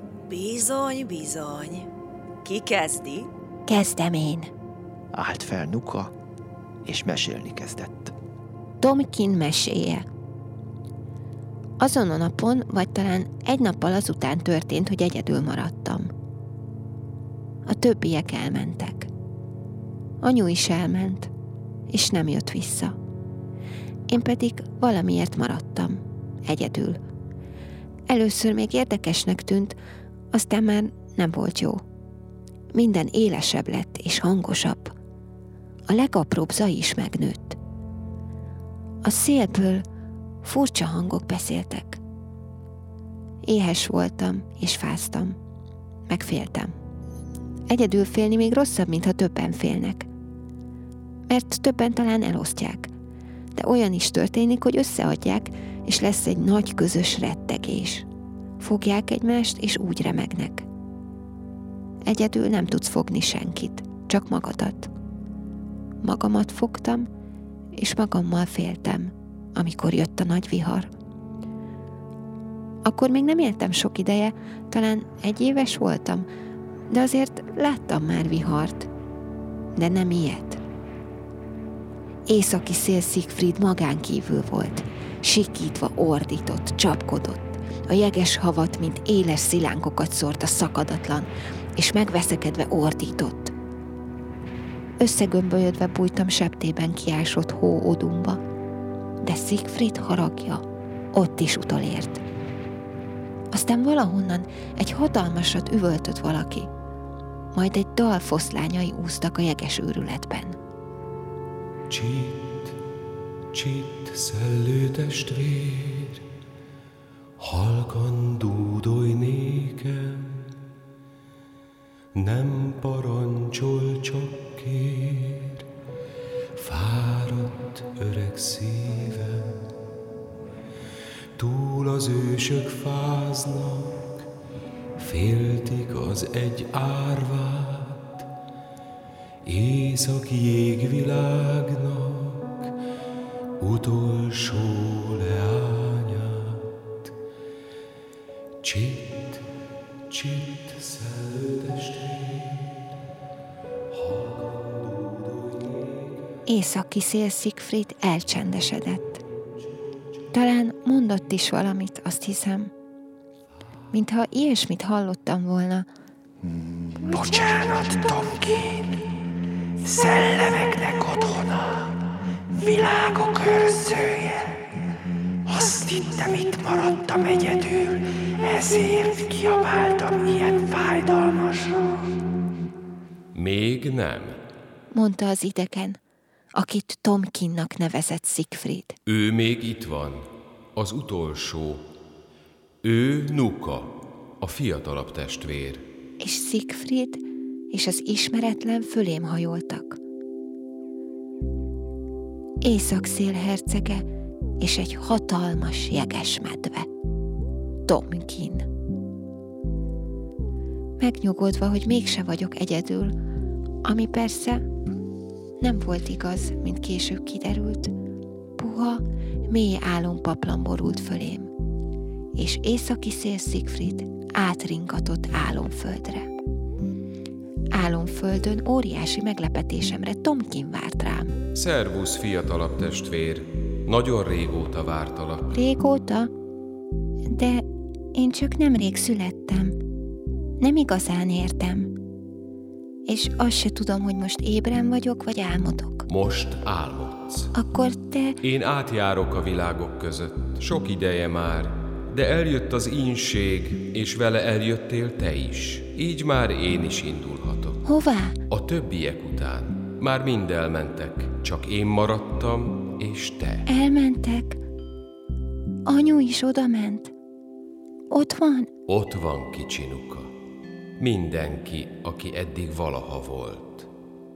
Bizony, bizony. Ki kezdi? Kezdem én. Állt fel Nuka, és mesélni kezdett. Tomkin meséje. Azon a napon, vagy talán egy nappal azután történt, hogy egyedül maradtam. A többiek elmentek. Anyu is elment, és nem jött vissza. Én pedig valamiért maradtam, egyedül. Először még érdekesnek tűnt, aztán már nem volt jó. Minden élesebb lett és hangosabb. A legapróbb zaj is megnőtt. A szélből furcsa hangok beszéltek. Éhes voltam, és fáztam. Megféltem. Egyedül félni még rosszabb, mintha többen félnek. Mert többen talán elosztják. De olyan is történik, hogy összeadják, és lesz egy nagy közös rettegés. Fogják egymást, és úgy remegnek. Egyedül nem tudsz fogni senkit, csak magadat. Magamat fogtam, és magammal féltem, amikor jött a nagy vihar. Akkor még nem éltem sok ideje, talán egy éves voltam, de azért láttam már vihart, de nem ilyet. Északi szél Siegfried magán kívül volt, sikítva ordított, csapkodott, a jeges havat, mint éles szilánkokat szórt a szakadatlan, és megveszekedve ordított. Összegömbölyödve bújtam septében kiásott hó odumba, de Siegfried haragja ott is utolért. Aztán valahonnan egy hatalmasat üvöltött valaki. majd egy dal foszlányai úsztak a jeges őrületben. Csit, csit, szellő testvér, halkan dúdolj nékem, nem parancsol, csak kér, fáradt öreg szívem. Túl az ősök fáznak, féltik az egy árvát, északi jégvilágnak utolsó leányát. Csit, csit, szellő testvér, halkan dúdolj nékem. Északi szél Siegfried elcsendesedett. Talán mondott is valamit, azt hiszem. Mintha ilyesmit hallottam volna. Bocsánat, Tomkin, szellemeknek otthona, világok őrzője. Azt hittem, itt maradtam egyedül, ezért kiabáltam ilyen fájdalmasan. Még nem. Mondta az idegen, akit Tomkinnak nevezett Siegfried. Ő még itt van, az utolsó. Ő Nuka, a fiatalabb testvér. És Siegfried és az ismeretlen fölém hajoltak. Észak-szél hercege és egy hatalmas jeges medve. Tomkin. Megnyugodva, hogy mégse vagyok egyedül, ami persze nem volt igaz, mint később kiderült, puha, mély álompaplan borult fölém, és északi szél Siegfried átringatott álomföldre. Álomföldön óriási meglepetésemre Tomkin várt rám. Szervusz, fiatalabb testvér. Nagyon régóta vártalak. Régóta? De én csak nemrég születtem. Nem igazán értem. És azt se tudom, hogy most ébren vagyok, vagy álmodok. Most álmodsz. Akkor te... Én átjárok a világok között. Sok ideje már. De eljött az ínség, és vele eljöttél te is. Így már én is indulhatok. Hová? A többiek után. Már mind elmentek. Csak én maradtam, és te. Elmentek? Anyu is odament? Ott van? Ott van, kicsi Nuka. Mindenki, aki eddig valaha volt.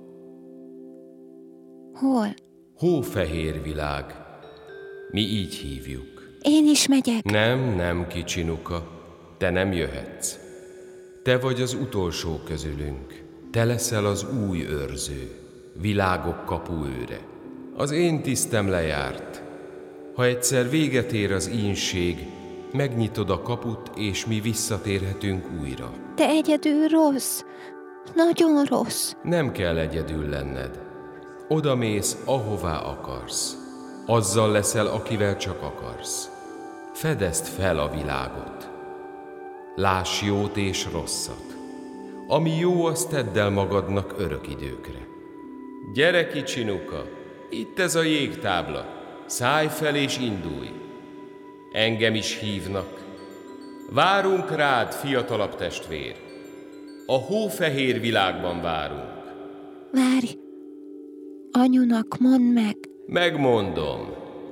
Hol? Hófehér világ. Mi így hívjuk. Én is megyek. Nem, nem, kicsi Nuka. Te nem jöhetsz. Te vagy az utolsó közülünk. Te leszel az új őrző, világok kapuőre. Az én tisztem lejárt. Ha egyszer véget ér az ínség, megnyitod a kaput, és mi visszatérhetünk újra. De egyedül rossz. Nagyon rossz. Nem kell egyedül lenned. Oda mész, ahová akarsz. Azzal leszel, akivel csak akarsz. Fedezd fel a világot. Láss jót és rosszat. Ami jó, azt tedd el magadnak örök időkre. Gyere, kicsi Nuka, itt ez a jégtábla. Szállj fel és indulj. Engem is hívnak. Várunk rád, fiatalabb testvér. A hófehér világban várunk. Várj! Anyunak mondd meg! Megmondom.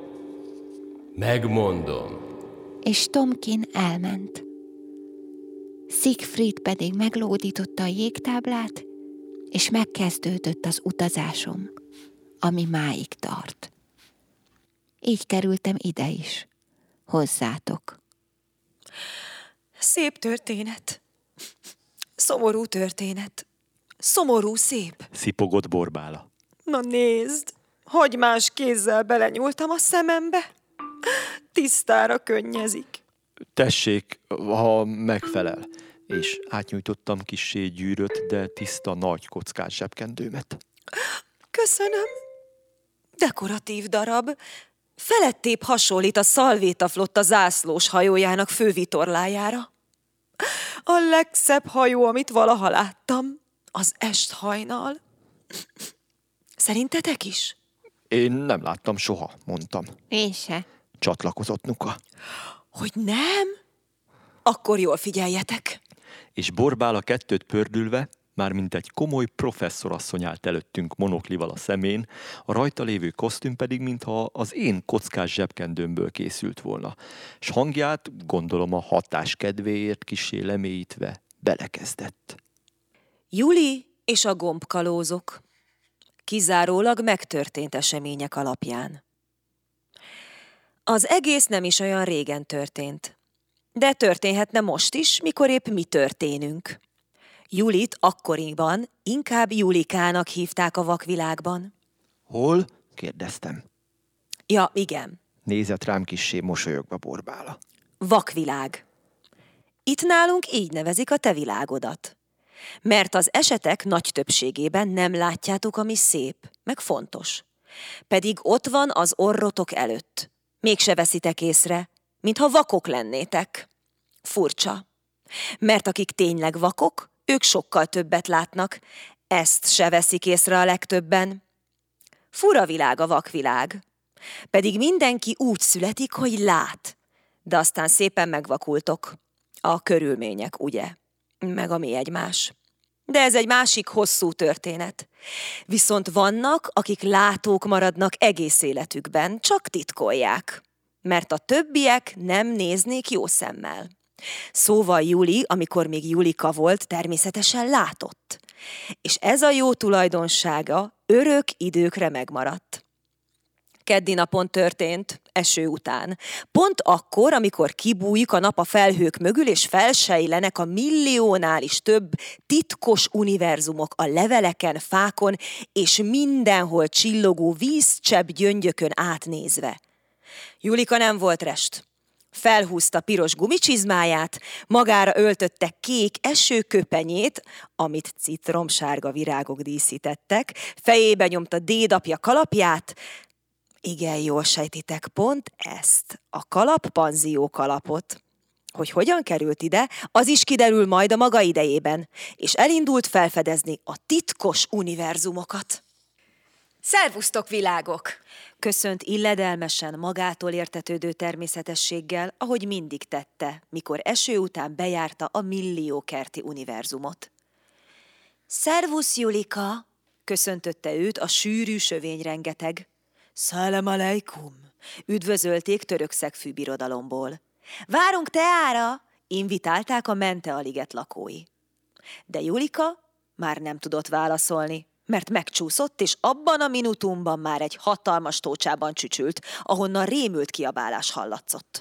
Megmondom. És Tomkin elment. Siegfried pedig meglódította a jégtáblát, és megkezdődött az utazásom, ami máig tart. Így kerültem ide is, hozzátok. Szép történet. Szomorú történet. Szomorú szép. Szipogott Borbála. Na nézd, hagymás kézzel belenyúltam a szemembe. Tisztára könnyezik. Tessék, ha megfelel. És átnyújtottam kissé gyűrött, de tiszta nagy kockás zsebkendőmet. Köszönöm. Dekoratív darab. Felettébb hasonlít a Szalvéta flotta zászlós hajójának fővitorlájára. A legszebb hajó, amit valaha láttam, az esthajnal. Szerintetek is? Én nem láttam soha, mondtam. Én se. Csatlakozott Nuka. Hogy nem? Akkor jól figyeljetek. És Borbála kettőt pördülve mármint egy komoly professzorasszony állt előttünk monoklival a szemén, a rajta lévő kosztüm pedig, mintha az én kockás zsebkendőmből készült volna, s hangját, gondolom a hatás kedvéért kissé lemélyítve, belekezdett. Juli és a gombkalózok. Kizárólag megtörtént események alapján. Az egész nem is olyan régen történt. De történhetne most is, mikor épp mi történünk. Julit akkoriban inkább Julikának hívták a vakvilágban. Hol? Kérdeztem. Ja, igen. Nézett rám kissé mosolyogva Borbála. Vakvilág. Itt nálunk így nevezik a te világodat. Mert az esetek nagy többségében nem látjátok, ami szép, meg fontos. Pedig ott van az orrotok előtt. Mégse veszitek észre, mintha vakok lennétek. Furcsa. Mert akik tényleg vakok, ők sokkal többet látnak, ezt se veszik észre a legtöbben. Fura világ a vakvilág. Pedig mindenki úgy születik, hogy lát. De aztán szépen megvakultok. A körülmények, ugye? Meg a mi egymás. De ez egy másik hosszú történet. Viszont vannak, akik látók maradnak egész életükben, csak titkolják. Mert a többiek nem néznék jó szemmel. Szóval Juli, amikor még Julika volt, természetesen látott. És ez a jó tulajdonsága örök időkre megmaradt. Keddi napon történt, eső után. Pont akkor, amikor kibújik a nap a felhők mögül, és felsejlenek a milliónál is több titkos univerzumok a leveleken, fákon, és mindenhol csillogó vízcsepp gyöngyökön átnézve. Julika nem volt rest. Felhúzta piros gumicsizmáját, magára öltötte kék esőköpenyét, amit citromsárga virágok díszítettek, fejébe nyomta dédapja kalapját. Igen, jól sejtitek, pont ezt, a kalap-panzió kalapot. Hogy hogyan került ide, az is kiderül majd a maga idejében, és elindult felfedezni a titkos univerzumokat. Szervusztok, világok! Köszönt illedelmesen, magától értetődő természetességgel, ahogy mindig tette, mikor eső után bejárta a milliókerti univerzumot. Szervusz, Julika! Köszöntötte őt a sűrű sövényrengeteg. Szalám aleikum! Üdvözölték török szegfű birodalomból. Várunk teára! Invitálták a Mente-aliget lakói. De Julika már nem tudott válaszolni, mert megcsúszott, és abban a minutumban már egy hatalmas tócsában csücsült, ahonnan rémült kiabálás hallatszott.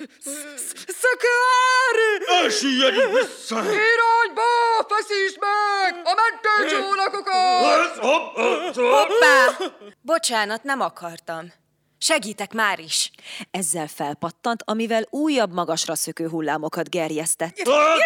Szökőár! Elsüllyedj vissza! Irányba! Feszítsd meg! A mentőcsónakokat! Hoppá! Bocsánat, nem akartam. Segítek már is. Ezzel felpattant, amivel újabb magasra szökő hullámokat gerjesztett.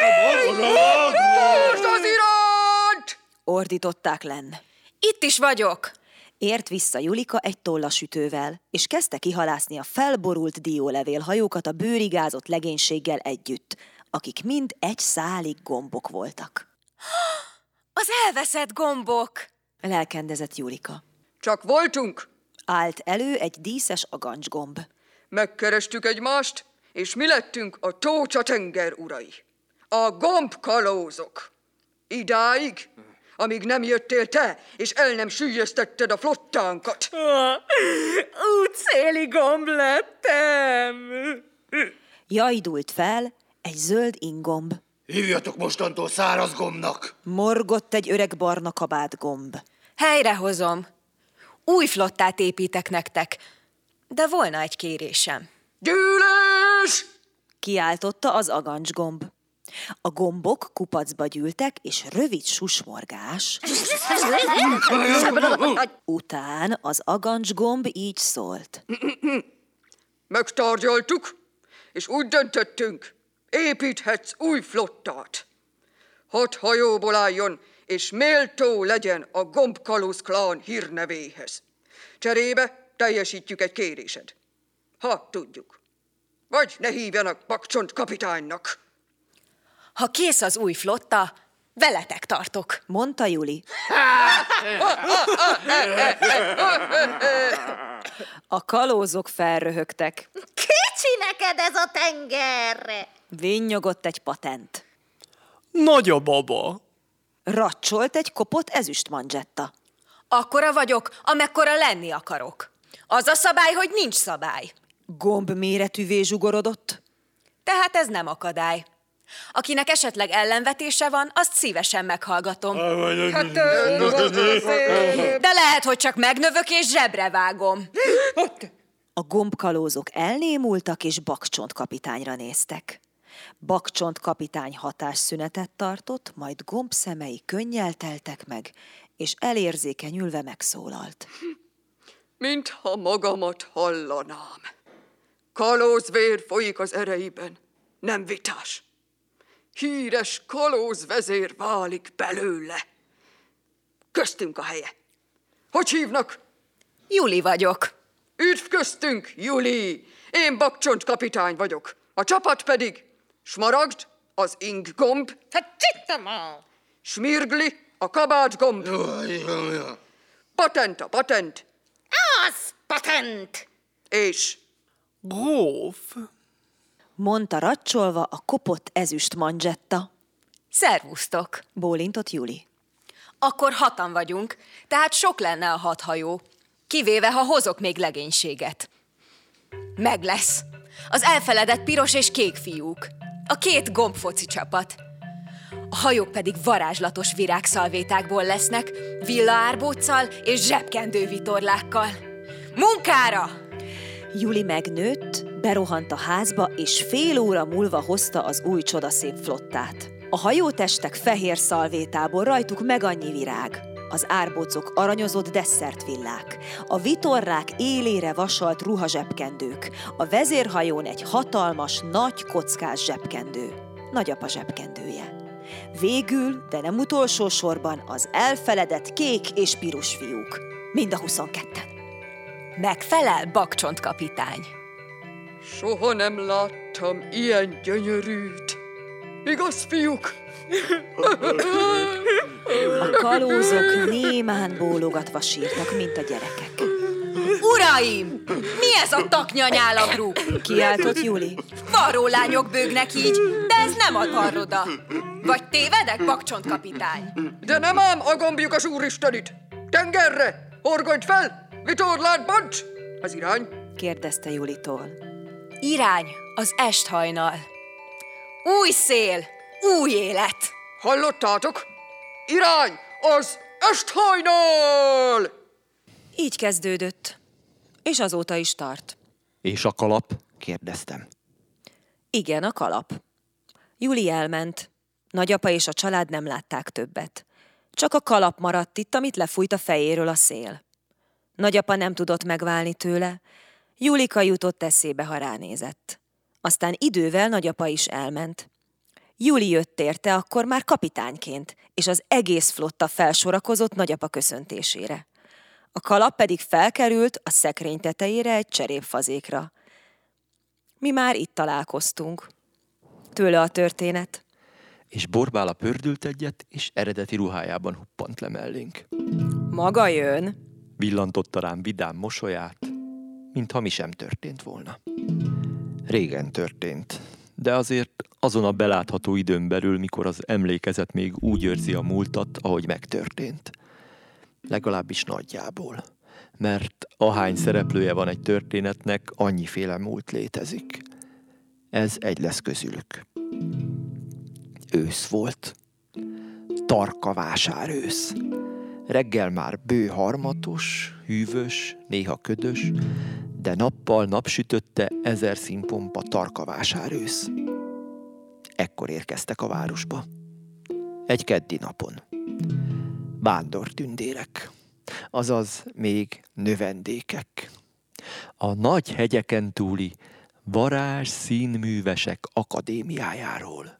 Most az irányt! Ordították lenn. Itt is vagyok. Ért vissza Julika egy tollasütővel, és kezdte kihalászni a felborult diólevélhajókat a bőrigázott legénységgel együtt, akik mind egy szálig gombok voltak. Az elveszett gombok! Lelkendezett Julika. Csak voltunk. Állt elő egy díszes agancsgomb. Megkerestük egymást, és mi lettünk a Tócsa tenger urai. A gombkalózok. Idáig, amíg nem jöttél te, és el nem süllyesztetted a flottánkat. Útszéli gomb lettem. Jajdult fel egy zöld ingomb. Hívjatok mostantól száraz gombnak! Morgott egy öreg barna kabát gomb. Helyrehozom. Új flottát építek nektek, de volna egy kérésem. Gyűlés! Kiáltotta az agancsgomb. A gombok kupacba gyűltek, és rövid susmorgás után az agancsgomb így szólt. Megtárgyaltuk, és úgy döntöttünk, építhetsz új flottát. Hat hajóból álljon, és méltó legyen a gombkalóz klán hírnevéhez. Cserébe teljesítjük egy kérésed. Ha tudjuk. Vagy ne hívjanak Bakcsont kapitánynak. Ha kész az új flotta, veletek tartok, mondta Juli. A kalózok felröhögtek. Kicsi neked ez a tenger! Vinnyogott egy patent. Nagy a baba. Racsolt egy kopott ezüstmanzsetta. Akkora vagyok, amekkora lenni akarok. Az a szabály, hogy nincs szabály. Gomb méretűvé zsugorodott. Tehát ez nem akadály. Akinek esetleg ellenvetése van, azt szívesen meghallgatom. Hát, de lehet, hogy csak megnövök és zsebre vágom. A gombkalózok elnémultak, és Bakcsont kapitányra néztek. Bakcsont kapitány hatásszünetet tartott, majd Gomb szemei könnyel teltek meg, és elérzékenyülve megszólalt. Mintha magamat hallanám. Kalózvér folyik az ereiben, nem vitás. Híres kalózvezér válik belőle. Köztünk a helye. Hogy hívnak? Juli vagyok. Üdv köztünk, Juli! Én Bakcsont kapitány vagyok. A csapat pedig Smaragd, az inggomb. Hát csittem a... Smirgli, a kabátgomb. Patent a patent. Az patent! És Gróf, Mondta racsolva a kopott ezüstmanzsetta. Szervusztok! Bólintott Juli. Akkor hatan vagyunk, tehát sok lenne a hat hajó. Kivéve, ha hozok még legénységet. Meg lesz. Az elfeledett piros és kék fiúk. A két gombfoci csapat. A hajók pedig varázslatos virágszalvétákból lesznek, villaárbóccal és zsebkendővitorlákkal. Munkára! Juli megnőtt, berohant a házba, és fél óra múlva hozta az új csodaszép flottát. A hajótestek fehér szalvétából, rajtuk meg annyi virág. Az árbócok aranyozott desszertvillák, a vitorlák élére vasalt ruhazsebkendők, a vezérhajón egy hatalmas, nagy kockás zsebkendő, nagyapa zsebkendője. Végül, de nem utolsó sorban az elfeledett kék és piros fiúk, mind a huszonketten. Megfelel, Bakcsont kapitány? soha nem láttam ilyen gyönyörűt. Igaz, fiúk? A kalózok némán bólogatva sírtak, mint a gyerekek. Uraim! Mi ez a taknyanyálagrú? Kiáltott Juli. Varrólányok bőgnek így, de ez nem a tarroda. Vagy tévedek, Bakcsont kapitány? De nem ám a gombjuk úristenit! Tengerre! Horgonj fel! Vitorlát bonts! Az irány? Kérdezte Julitól. Irány az esthajnal. Új szél, új élet. Hallottátok? Irány az esthajnal! Így kezdődött, és azóta is tart. És a kalap? Kérdeztem. Igen, a kalap. Juli elment. Nagyapa és a család nem látták többet. Csak a kalap maradt itt, amit lefújt a fejéről a szél. Nagyapa nem tudott megválni tőle. Julika jutott eszébe, ha ránézett. Aztán idővel nagyapa is elment. Juli jött érte akkor már kapitányként, és az egész flotta felsorakozott nagyapa köszöntésére. A kalap pedig felkerült a szekrény tetejére egy cserépfazékra. Mi már itt találkoztunk. Tőle a történet. És Borbála pördült egyet, és eredeti ruhájában huppant le mellénk. Maga jön. Villantotta rám vidám mosolyát, mintha mi sem történt volna. Régen történt, de azért azon a belátható időn belül, mikor az emlékezet még úgy őrzi a múltat, ahogy megtörtént. Legalábbis nagyjából. Mert ahány szereplője van egy történetnek, annyiféle múlt létezik. Ez egy lesz közülük. Ősz volt. Tarka vásárősz. Reggel már bő harmatos, hűvös, néha ködös, de nappal napsütötte ezer színpompa tarka vásárősz. Ekkor érkeztek a városba. Egy keddi napon. Vándortündérek, azaz még növendékek. A nagy hegyeken túli varázs színművesek akadémiájáról.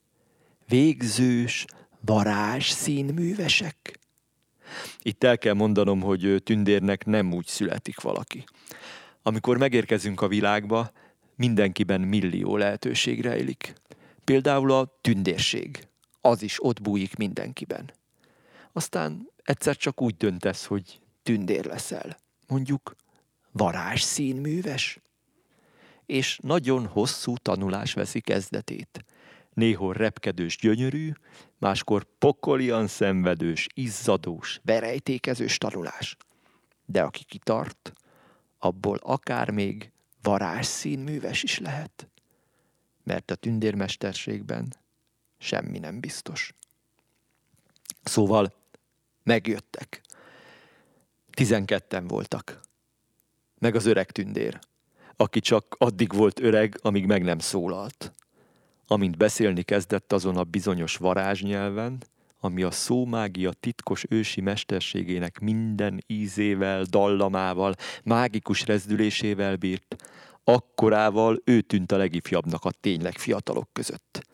Végzős varázs színművesek. Itt el kell mondanom, hogy tündérnek nem úgy születik valaki. Amikor megérkezünk a világba, mindenkiben millió lehetőség rejlik. Például a tündérség. Az is ott bújik mindenkiben. Aztán egyszer csak úgy döntesz, hogy tündér leszel. Mondjuk varázs színműves. És nagyon hosszú tanulás veszi kezdetét. néhol repkedős gyönyörű, máskor pokolian szenvedős, izzadós, verejtékezős tanulás. De aki kitart, abból akár még varázsszínműves is lehet. Mert a tündérmesterségben semmi nem biztos. Szóval megjöttek. Tizenketten voltak. Meg az öreg tündér, aki csak addig volt öreg, amíg meg nem szólalt. Amint beszélni kezdett azon a bizonyos varázsnyelven, ami a szómágia titkos ősi mesterségének minden ízével, dallamával, mágikus rezdülésével bírt, akkorával ő tűnt a legifjabbnak a tényleg fiatalok között.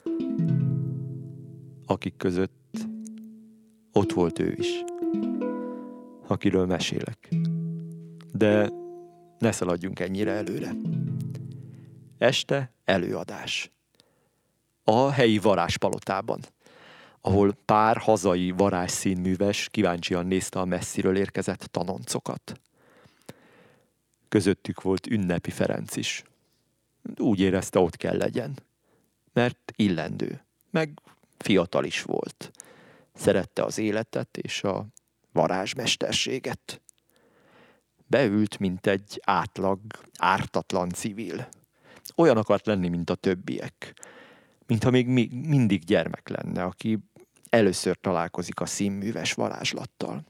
Akik között ott volt ő is, akiről mesélek. De ne szaladjunk ennyire előre. Este előadás. A helyi varázspalotában, ahol pár hazai varázsszínműves kíváncsian nézte a messziről érkezett tanoncokat. Közöttük volt Ünnepi Ferenc is. Úgy érezte, ott kell legyen, mert illendő, meg fiatal is volt. Szerette az életet és a varázsmesterséget. Beült, mint egy átlag, ártatlan civil. Olyan akart lenni, mint a többiek. Mintha még mi, mindig gyermek lenne, aki először találkozik a színműves varázslattal.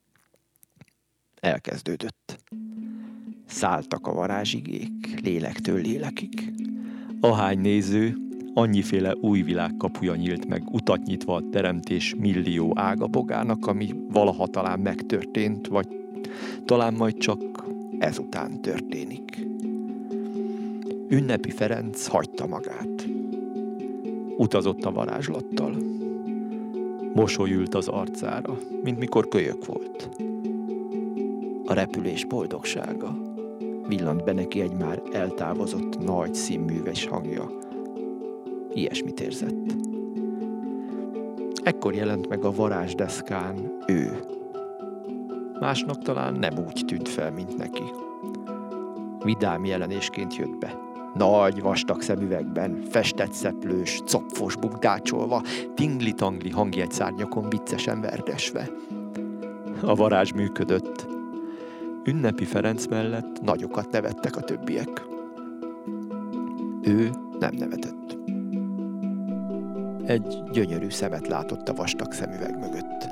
Elkezdődött. Szálltak a varázsigék, lélektől lélekig. Ahány néző, annyiféle új világ kapuja nyílt meg, utat nyitva a teremtés millió ágabogának, ami valaha talán megtörtént, vagy talán majd csak ezután történik. Ünnepi Ferenc hagyta magát. Utazott a varázslattal. Mosoly ült az arcára, mint mikor kölyök volt. A repülés boldogsága. Villant be neki egy már eltávozott nagy színműves hangja. Ilyesmit érzett. Ekkor jelent meg a varázsdeszkán ő. Másnak talán nem úgy tűnt fel, mint neki. Vidám jelenésként jött be. Nagy, vastag szemüvegben, festett szeplős, copfos bukdácsolva, tingli-tangli hangjegyszárnyakon viccesen verdesve. A varázs működött. Ünnepi Ferenc mellett nagyokat nevettek a többiek. Ő nem nevetett. Egy gyönyörű szemet látott a vastag szemüveg mögött.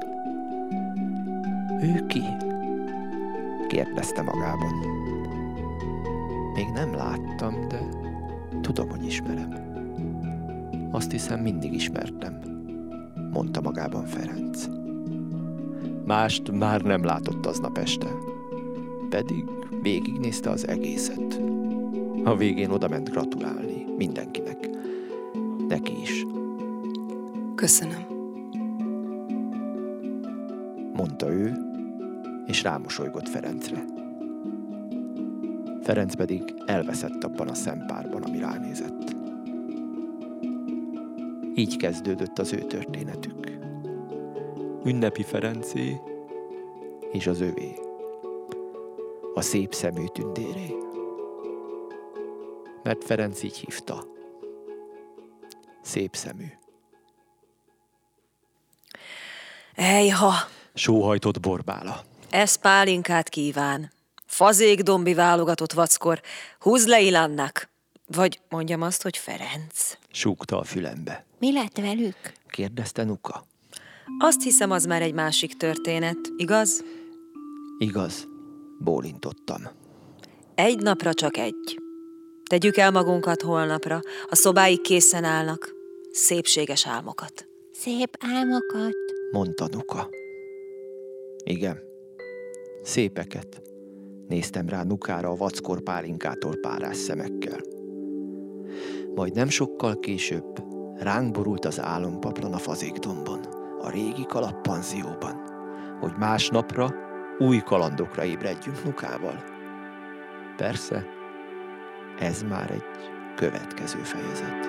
Ő ki? Kérdezte magában. Még nem láttam, de tudom, hogy ismerem. Azt hiszem, mindig ismertem, mondta magában Ferenc. Mást már nem látott aznap este, pedig végignézte az egészet. A végén odament gratulálni mindenkinek. Neki is. Köszönöm, mondta ő, és rámosolygott Ferencre. Ferenc pedig elveszett abban a szempárban, ami ránézett. Így kezdődött az ő történetük. Ünnepi Ferencé és az övé. A szép szemű tündéré. Mert Ferenc így hívta. Szép szemű. Ejha! Sóhajtott Borbála. Ez pálinkát kíván. Fazékdombi válogatott vackor. Húzd le Ilánnak. Vagy mondjam azt, hogy Ferenc. Súgta a fülembe. Mi lett velük? Kérdezte Nuka. Azt hiszem, az már egy másik történet, igaz? Igaz, bólintottam. Egy napra csak egy. Tegyük el magunkat holnapra. A szobáik készen állnak. Szépséges álmokat. Szép álmokat, mondta Nuka. Igen, szépeket. Néztem rá Nukára a vackor pálinkától párás szemekkel. Majd nem sokkal később ránk borult az álompaplan a Fazékdombon, a régi kalappanzióban, hogy másnapra új kalandokra ébredjünk Nukával. Persze, ez már egy következő fejezet.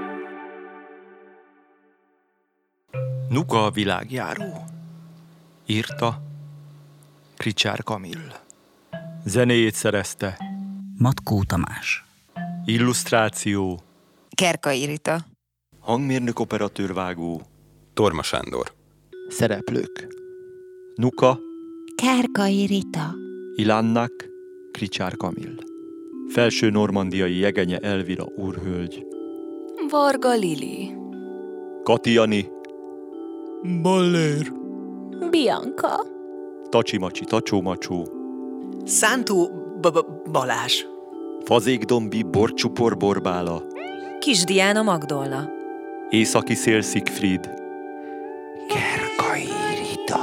Nuka a világjáró. Írta Kricsár Kamill. Zenéjét szerezte Matkó Tamás. Illusztráció Kerkai Rita. Hangmérnök, operatőr, vágó. Torma Sándor. Szereplők. Nuka, Kárkai Rita, Ilánnak, Kricsár Kamil. Felső normandiai jegenye Elvira úrhölgy. Varga Lili. Kati Jani, Ballér. Bianca. Tacsimacsi Tacsómacsó, Szántó B- Balázs. Fazékdombi Borcsupor Borbála, Kis Diana Magdolna. Északi Szél Szigfried, Kerkai Rita,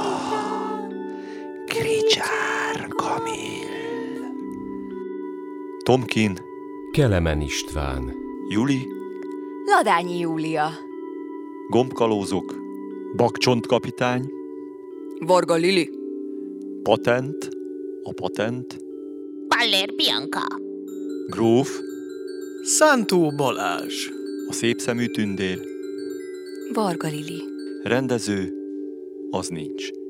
Kricsár Kamil, Tomkin, Kelemen István. Juli, Ladányi Júlia. Gombkalózok, Bakcsont kapitány, Varga Lili. Patent, a patent, Ballér Bianca, Gróf, Szántó Balázs. a szépszemű tündér, Varga Lili. rendező, az nincs.